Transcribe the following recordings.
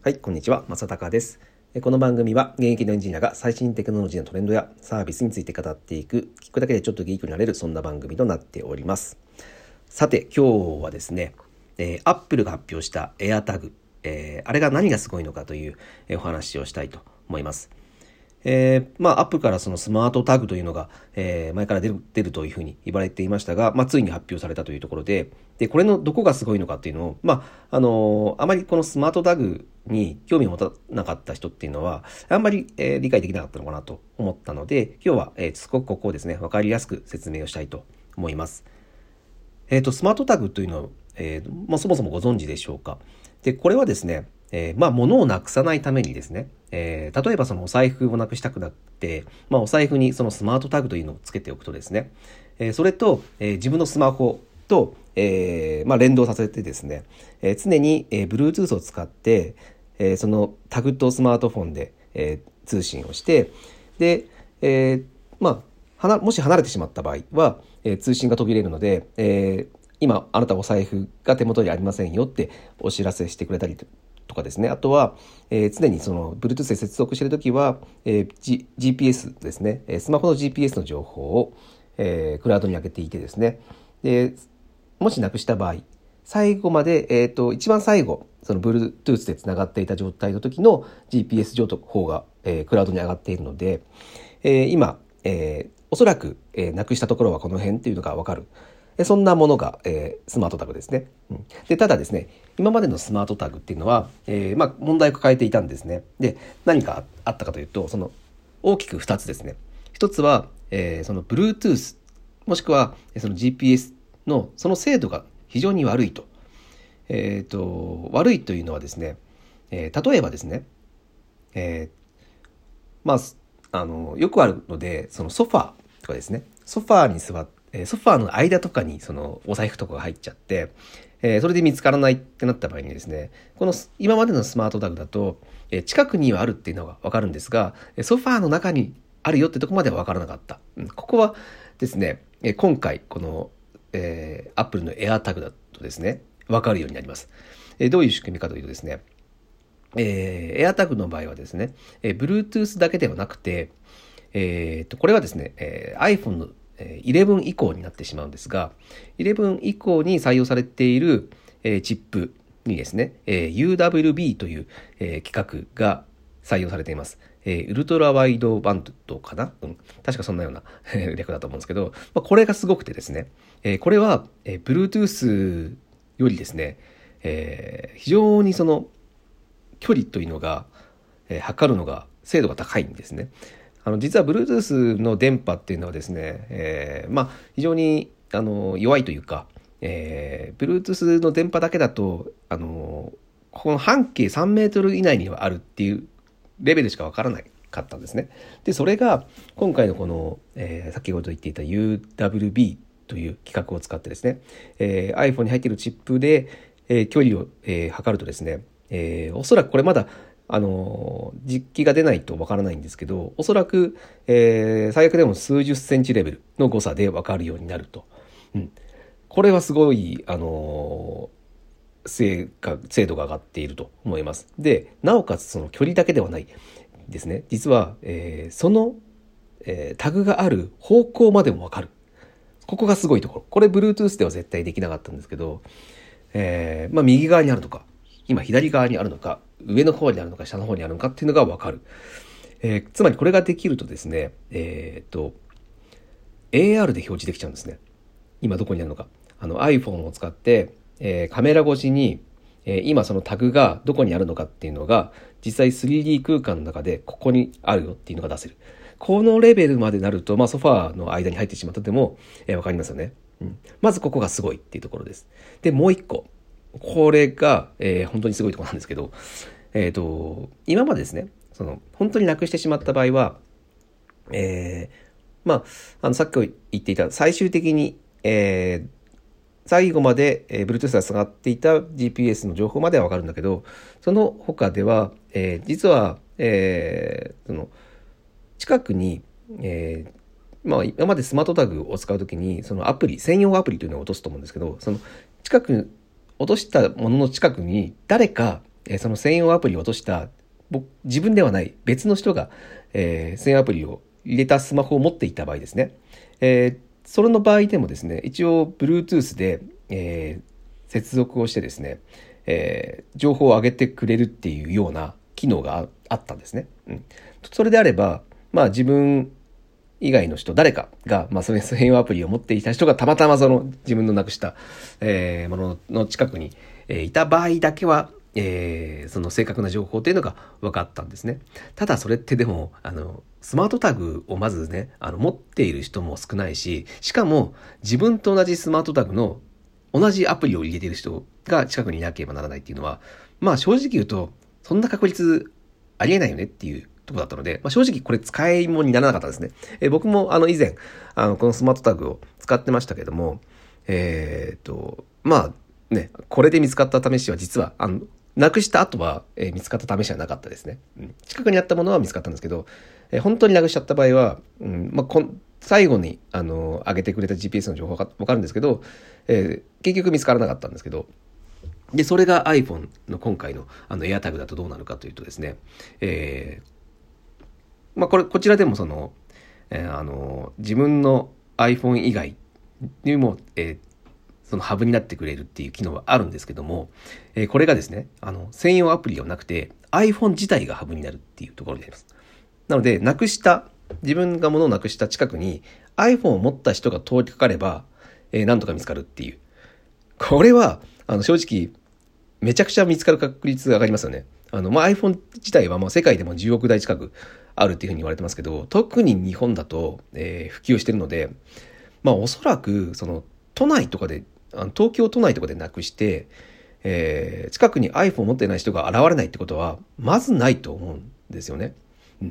はい、こんにちは、正隆です。この番組は現役のエンジニアが最新テクノロジーのトレンドやサービスについて語っていく、聞くだけでちょっとギークになれる、そんな番組となっております。さて、今日はですね、Apple が発表した AirTag、あれが何がすごいのかというお話をしたいと思います。アップルからそのスマートタグというのが、前から出るというふうに言われていましたが、ついに発表されたというところで、これのどこがすごいのかっていうのを、あまりこのスマートタグに興味を持たなかった人っていうのは、あんまり、理解できなかったのかなと思ったので、今日は、すごくここをですね、わかりやすく説明をしたいと思います。スマートタグというのを、そもそもご存知でしょうか。で、これはですね、物をなくさないためにですね、例えばそのお財布をなくしたくなって、お財布にそのスマートタグというのをつけておくとですね、それと、自分のスマホと、連動させてですね、常に、Bluetooth を使って、そのタグとスマートフォンで、通信をして、で、もし離れてしまった場合は、通信が途切れるので、今あなたお財布が手元にありませんよってお知らせしてくれたりとかですね。あとは、常にその Bluetooth で接続しているときは、GPS ですね。スマホの GPS の情報を、クラウドに上げていてですね。で、もしなくした場合、最後まで、一番最後、その Bluetooth でつながっていた状態の時の GPS 情報が、クラウドに上がっているので、今、おそらく、なくしたところはこの辺っていうのがわかる。そんなものが、スマートタグですね。で、ただですね、今までのスマートタグっていうのは、問題を抱えていたんですね。で、何かあったかというと、その大きく2つですね。1つは、その Bluetooth、もしくはその GPS のその精度が非常に悪いと。悪いというのはですね、例えばですね、よくあるので、そのソファーとかですね、ソファーに座って、ソファーの間とかにそのお財布とかが入っちゃって、それで見つからないってなった場合にですね、この今までのスマートタグだと、近くにはあるっていうのがわかるんですが、ソファーの中にあるよってとこまではわからなかった。ここはですね、今回この、Apple の AirTag だとですね、わかるようになります。どういう仕組みかというとですね、AirTag の場合はですね、Bluetooth だけではなくて、これはですね、iPhone の11以降になってしまうんですが、11以降に採用されている、チップにですね、UWB という、規格が採用されています。ウルトラワイドバンドかな、確かそんなような略だと思うんですけど、これがすごくてですね、これは、Bluetooth よりですね、非常にその距離というのが、測るのが精度が高いんですね。実は Bluetooth の電波っていうのはですね、非常に弱いというか、Bluetooth の電波だけだとこの半径3メートル以内にはあるっていうレベルしかわからないかったんですね。でそれが今回のこの、先ほど言っていた UWB という規格を使ってですね、iPhone に入っているチップで、距離を、測るとですね、おそらくこれまだ実機が出ないとわからないんですけど、おそらく、最悪でも数十センチレベルの誤差でわかるようになると。これはすごい、精度が上がっていると思います。で、なおかつその距離だけではないですね。実は、その、タグがある方向までもわかる。ここがすごいところ。これ Bluetooth では絶対できなかったんですけど、右側にあるのか、今左側にあるのか、上の方にあるのか下の方にあるのかっていうのが分かる。つまりこれができるとですね、AR で表示できちゃうんですね。今どこにあるのか。iPhone を使って、カメラ越しに、今そのタグがどこにあるのかっていうのが実際 3D 空間の中でここにあるよっていうのが出せる。このレベルまでなると、ソファーの間に入ってしまったでも、分かりますよね。まずここがすごいっていうところです。で、もう一個。これが、本当にすごいところなんですけど、今までですね、その本当になくしてしまった場合は、さっき言っていた最終的に、最後まで、Bluetooth がつながっていた GPS の情報までは分かるんだけど、その他では、実は、その近くに、今までスマートタグを使うときにそのアプリ、専用アプリというのを落とすと思うんですけど、その近く落としたものの近くに誰か、 その専用アプリを落とした自分ではない別の人が、専用アプリを入れたスマホを持っていた場合ですね、それの場合でもですね、一応 Bluetooth で、接続をしてですね、情報を上げてくれるっていうような機能があったんですね。それであれば、自分以外の人、誰かが、その専用アプリを持っていた人がたまたまその自分のなくした、ものの近くに、いた場合だけは、その正確な情報というのが分かったんですね。ただそれってでもスマートタグをまずね持っている人も少ないし、しかも自分と同じスマートタグの同じアプリを入れている人が近くにいなければならないっていうのは正直言うとそんな確率ありえないよねっていうところだったので、正直これ使い物にならなかったですね。僕も以前このスマートタグを使ってましたけどもこれで見つかった試しは実はなくした後は、見つかった試しはなかったですね。近くにあったものは見つかったんですけど、本当になくしちゃった場合は、最後に上げてくれた GPS の情報が分かるんですけど、結局見つからなかったんですけど、でそれが iPhone の今回のAirTag だとどうなるかというとですね、こちらでもその、自分の iPhone 以外にも、そのハブになってくれるっていう機能はあるんですけども、これがですね、専用アプリではなくて iPhone 自体がハブになるっていうところになります。なので、自分が物をなくした近くに iPhone を持った人が通りかかれば、なんとか見つかるっていう。これは、正直、めちゃくちゃ見つかる確率が上がりますよね。iPhone 自体は世界でも10億台近くあるっていうふうに言われてますけど、特に日本だと、普及してるので、おそらく、都内とかで東京都内とかでなくして、近くに iPhone を持ってない人が現れないってことはまずないと思うんですよね。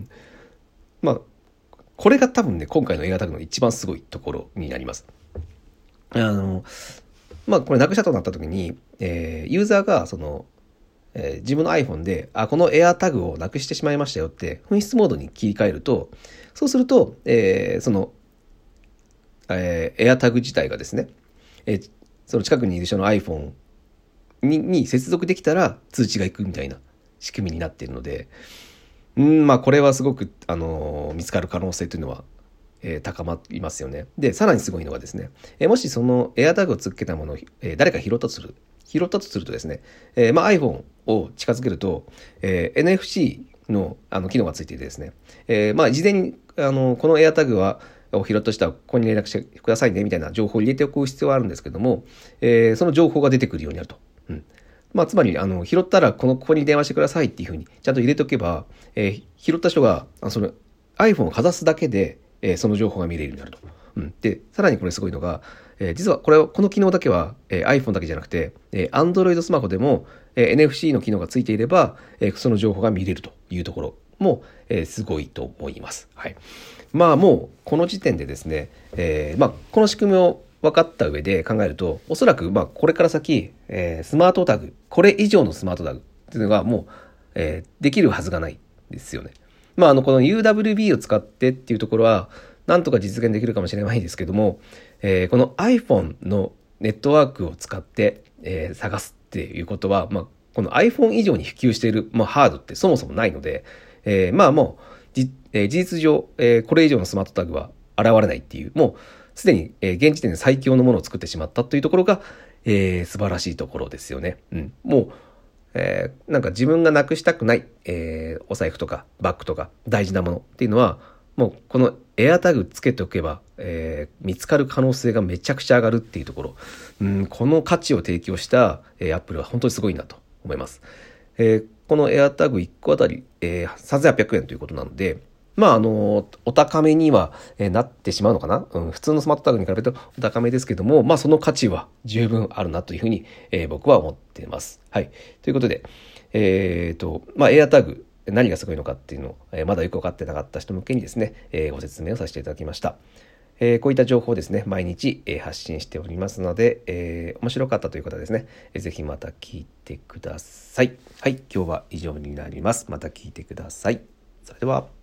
これが多分ね今回の AirTag の一番すごいところになります。これなくしたとなった時に、ユーザーが自分の iPhone でこの AirTag をなくしてしまいましたよって紛失モードに切り替えると、そうすると、AirTag 自体がですね、その近くにいる人の iPhone に接続できたら通知がいくみたいな仕組みになっているので、これはすごく、見つかる可能性というのは、高まりますよね。で、さらにすごいのがですね、もしその AirTag をつけたものを、誰か拾ったとするとですね、iPhone を近づけると、NFC の、機能がついていてですね、事前にこの AirTag を拾った人はここに連絡してくださいねみたいな情報を入れておく必要はあるんですけども、その情報が出てくるようになると。つまり拾ったらここに電話してくださいっていうふうにちゃんと入れておけば、拾った人がその iPhone をかざすだけで、その情報が見れるようになると。でさらにこれすごいのが、実はこの機能だけは、iPhone だけじゃなくて、Android スマホでも、NFC の機能がついていれば、その情報が見れるというところも、すごいと思います。はい。もうこの時点でですね、この仕組みを分かった上で考えると、おそらくこれから先、スマートタグ、これ以上のスマートタグっていうのがもう、できるはずがないですよね。この UWB を使ってっていうところはなんとか実現できるかもしれないですけども、この iPhone のネットワークを使って、探すっていうことは、この iPhone 以上に普及している、ハードってそもそもないので、もう事実上、これ以上のスマートタグは現れないっていう、もうすでに、現時点で最強のものを作ってしまったというところが、素晴らしいところですよね。もう、なんか自分がなくしたくない、お財布とかバッグとか大事なものっていうのは、もうこの AirTag つけておけば、見つかる可能性がめちゃくちゃ上がるっていうところ、この価値を提供した、Apple は本当にすごいなと思います。この AirTag 1個あたり、3800円ということなので、お高めにはなってしまうのかな、普通のスマートタグに比べるとお高めですけども、その価値は十分あるなというふうに、僕は思っています。はい。ということで、AirTag 何がすごいのかっていうのを、まだよく分かってなかった人向けにですね、ご説明をさせていただきました。こういった情報をですね、毎日、発信しておりますので、面白かったという方はですね、ぜひまた聞いてください。はい。今日は以上になります。また聞いてください。それでは。